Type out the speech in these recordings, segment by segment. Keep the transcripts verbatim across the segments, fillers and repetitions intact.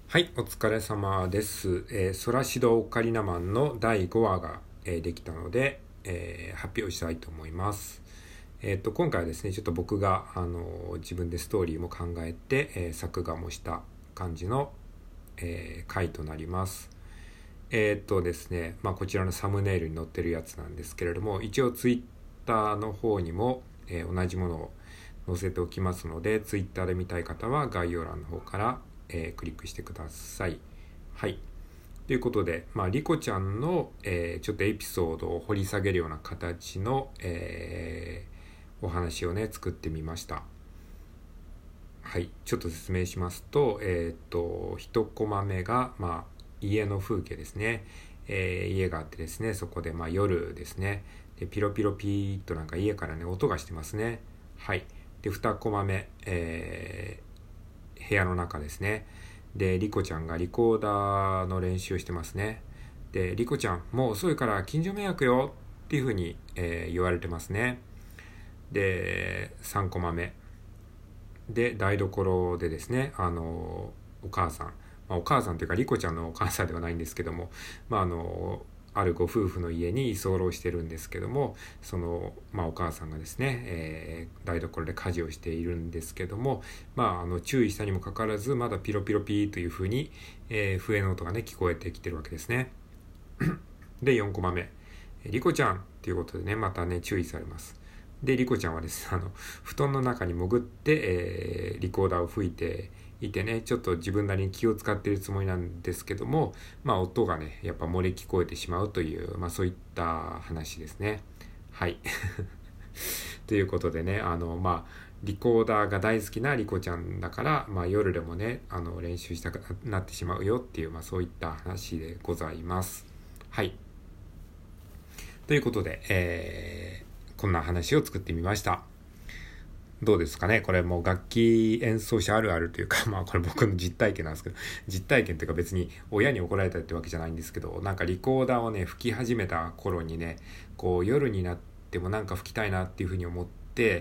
はい、お疲れ様です。えー、ソラシドオカリナマンのだいごわが、えーできたので、えー発表したいと思います。えっと、今回はですね、ちょっと僕が、あのー自分でストーリーも考えて、えー作画もした感じの、えー回となります。えっとですね、まあ、こちらのサムネイルに載ってるやつなんですけれども、一応ツイッターの方にも、えー同じものを載せておきますので、ツイッターで見たい方は概要欄の方から、えークリックしてください。はい。ということで、まあ、リコちゃんの、えーちょっとエピソードを掘り下げるような形の、えーお話をね、作ってみました。はい。ちょっと説明しますと、えっと、一コマ目が、まあ、家の風景ですね。えー家があってですね、そこで、まあ、夜ですね。で、ピロピロピーっとなんか家からね、音がしてますね。はい。で、二コマ目、えー部屋の中ですね。で、リコちゃんがリコーダーの練習をしてますね。で、リコちゃん、もう遅いから近所迷惑よっていうふうに、えー言われてますね。で、さんコマ目。で、台所でですね、あの、お母さん、まあ、お母さんというかリコちゃんのお母さんではないんですけども、まあ、あの、あるご夫婦の家に居候してるんですけども、その、まあ、お母さんがですね、えー台所で家事をしているんですけども、まあ、あの注意したにもかかわらずまだピロピロピーというふうに、えー笛の音がね聞こえてきてるわけですね。で、よんコマ目、リコちゃんということでね、またね注意されます。で、リコちゃんはですね、あの布団の中に潜って、えーリコーダーを吹いていてね、ちょっと自分なりに気を使っているつもりなんですけども、まあ音がねやっぱ漏れ聞こえてしまうという、まあそういった話ですね。はいということでね、あのまあリコーダーが大好きなリコちゃんだから、まあ、夜でもねあの練習したくなってしまうよっていう、まあ、そういった話でございます。はい。ということで、えー、こんな話を作ってみました。どうですかね、これもう楽器演奏者あるあるというか、まあこれ僕の実体験なんですけど、実体験というか別に親に怒られたってわけじゃないんですけど、なんかリコーダーをね吹き始めた頃にね、こう夜になってもなんか吹きたいなっていうふうに思って、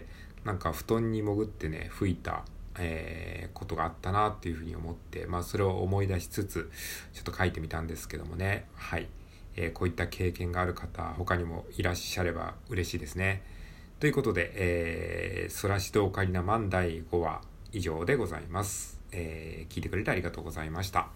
なんか布団に潜ってね吹いた、えーことがあったなっていうふうに思って、まあそれを思い出しつつちょっと書いてみたんですけどもね。はい。えーこういった経験がある方他にもいらっしゃれば嬉しいですね。ということで、えー、ソラシドオカリナマンだいごわ以上でございます。えー聞いてくれてありがとうございました。